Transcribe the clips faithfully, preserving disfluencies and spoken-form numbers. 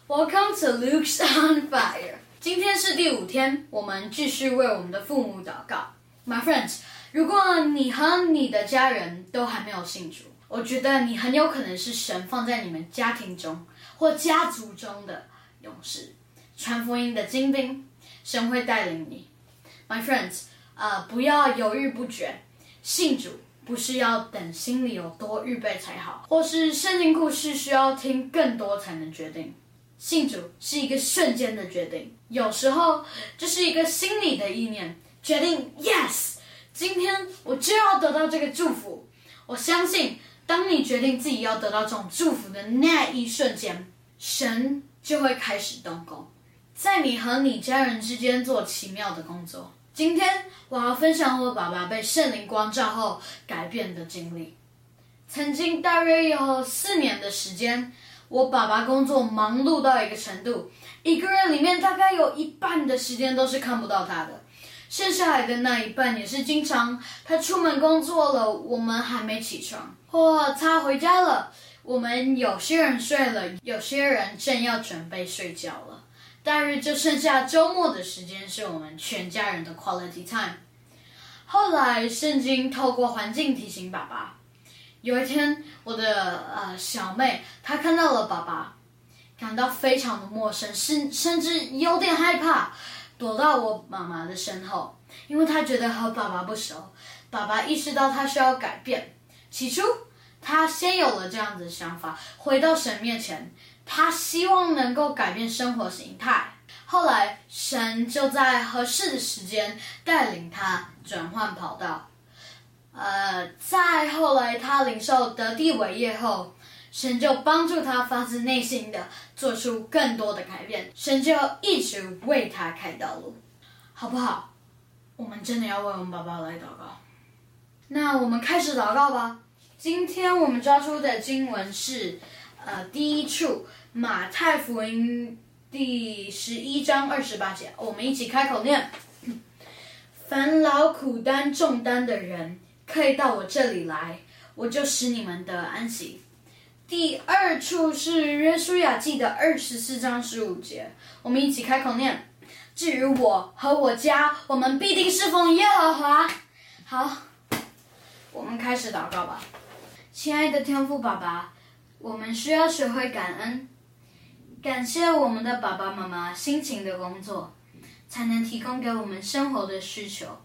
Welcome to Luke's on Fire。今天是第五天，我们继续为我们的父母祷告。My friends， 如果你和你的家人都还没有信主，我觉得你很有可能是神放在你们家庭中或家族中的勇士，传福音的精兵。神会带领你。My friends， 呃，不要犹豫不决，信主不是要等心里有多预备才好，或是圣经故事需要听更多才能决定。信主是一个瞬间的决定，有时候就是一个心里的意念，决定 yes， 今天我就要得到这个祝福。我相信当你决定自己要得到这种祝福的那一瞬间，神就会开始动工，在你和你家人之间做奇妙的工作。今天我要分享我爸爸被圣灵光照后改变的经历。曾经大约有四年的时间，我爸爸工作忙碌到一个程度，一个月里面大概有一半的时间都是看不到他的，剩下来的那一半也是经常他出门工作了，我们还没起床，或他回家了，我们有些人睡了，有些人正要准备睡觉了。大约就剩下周末的时间是我们全家人的 quality time。 后来圣经透过环境提醒爸爸，有一天我的呃小妹她看到了爸爸，感到非常的陌生，甚甚至有点害怕，躲到我妈妈的身后，因为她觉得和爸爸不熟。爸爸意识到他需要改变，起初他先有了这样子的想法，回到神面前，他希望能够改变生活形态。后来神就在合适的时间带领他转换跑道。呃，再后来他领受得地为业后，神就帮助他发自内心的做出更多的改变，神就一直为他开道路，好不好？我们真的要为我们爸爸来祷告。那我们开始祷告吧。今天我们抓出的经文是呃第一处马太福音第十一章二十八节，我们一起开口念：凡劳苦担重担的人，可以到我这里来，我就使你们得安息。第二处是约书亚记的二十四章十五节，我们一起开口念：至于我和我家，我们必定侍奉耶和华。好，我们开始祷告吧。亲爱的天父爸爸，我们需要学会感恩，感谢我们的爸爸妈妈辛勤的工作，才能提供给我们生活的需求。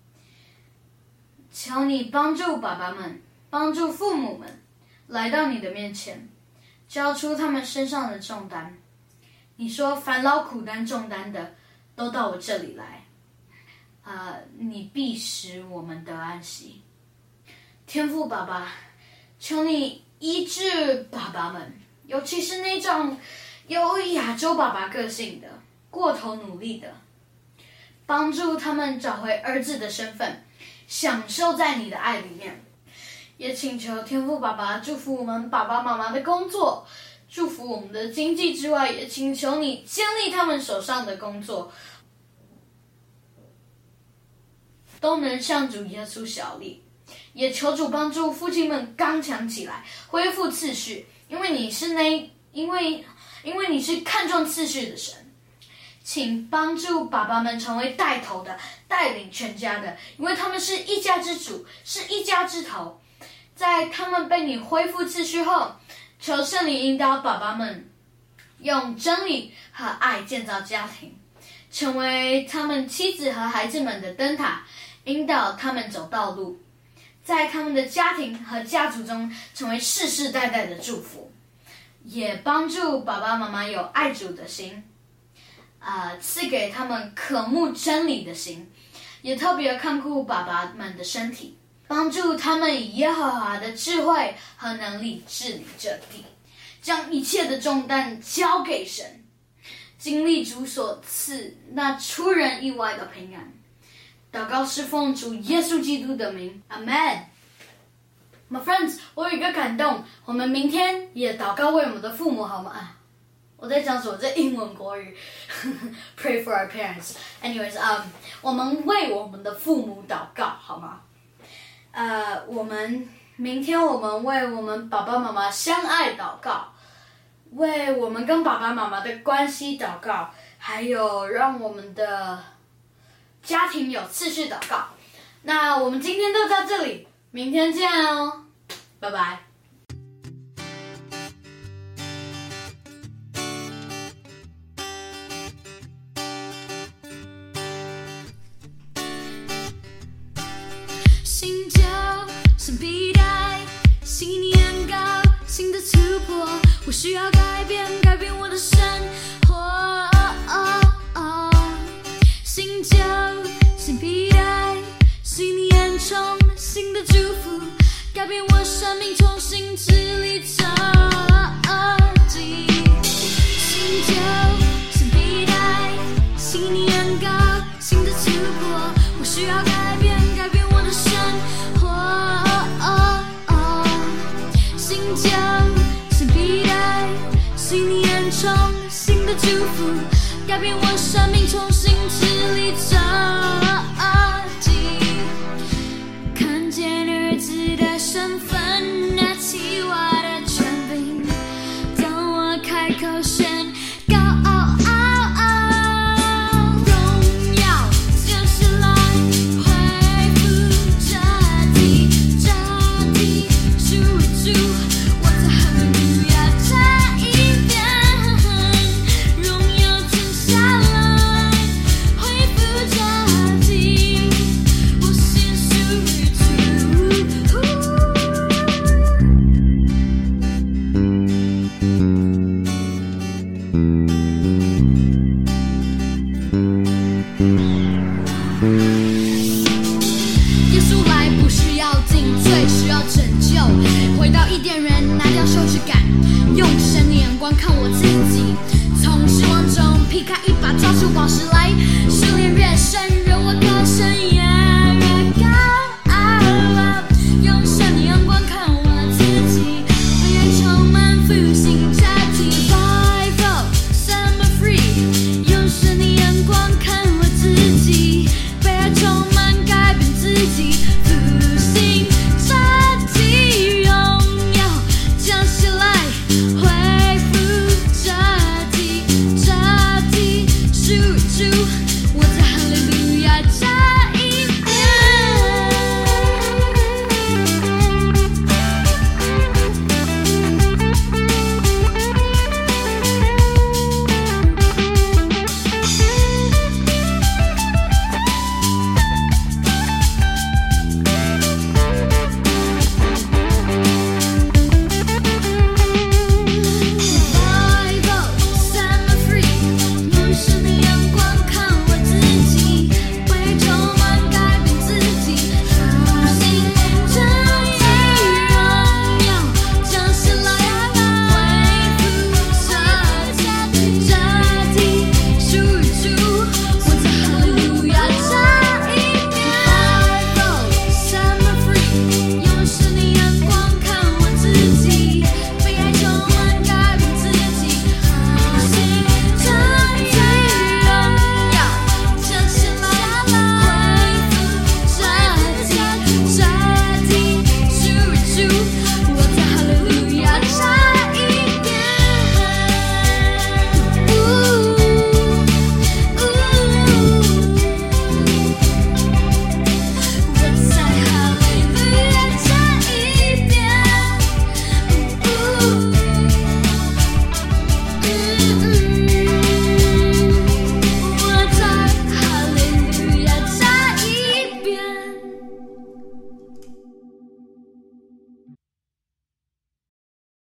求你帮助爸爸们，帮助父母们来到你的面前，交出他们身上的重担。你说烦劳苦担重担的都到我这里来，呃，你必使我们得安息。天父爸爸，求你医治爸爸们，尤其是那种有亚洲爸爸个性的、过头努力的，帮助他们找回儿子的身份，享受在你的爱里面。也请求天父爸爸祝福我们爸爸妈妈的工作，祝福我们的经济之外，也请求你建立他们手上的工作都能向主耶稣效力。也求主帮助父亲们刚强起来，恢复次序，因为你是那因为因为你是看重次序的神。请帮助爸爸们成为带头的，带领全家的，因为他们是一家之主，是一家之头。在他们被你恢复次序后，求圣灵引导爸爸们用真理和爱建造家庭，成为他们妻子和孩子们的灯塔，引导他们走道路，在他们的家庭和家族中成为世世代代的祝福。也帮助爸爸妈妈有爱主的心，呃，赐给他们渴慕真理的心，也特别看顾爸爸们的身体，帮助他们以耶和华的智慧和能力治理这地，将一切的重担交给神，经历主所赐那出人意外的平安。祷告是奉主耶稣基督的名，阿们。My friends， 我有一个感动，我们明天也祷告为我们的父母，好吗？啊，我在讲什么？这英文国语？Pray for our parents. Anyways， um, 我们为我们的父母祷告，好吗？呃，我们明天我们为我们爸爸妈妈相爱祷告， 为我们跟爸爸妈妈的关系祷告，还有让我们的家庭有次序祷告。那我们今天就到这里，明天见哦，拜拜。 新旧新皮带，信念高，新的突破，我需要改变，改变我的生活。新旧新皮带，信念中新的祝福，改变我生命，重新支离折击。新旧新皮带，信念高，新的突破，我需要改变，改变我的生活。新旧新皮带，信念中新的祝福，改变我生命，重新支离折击。看见儿子的身份，拿起我的权柄，当我开口宣告，荣耀接下来恢复这地，这地主主，我在哈利路亚这一边，荣耀接下来恢复这地，我心属于主。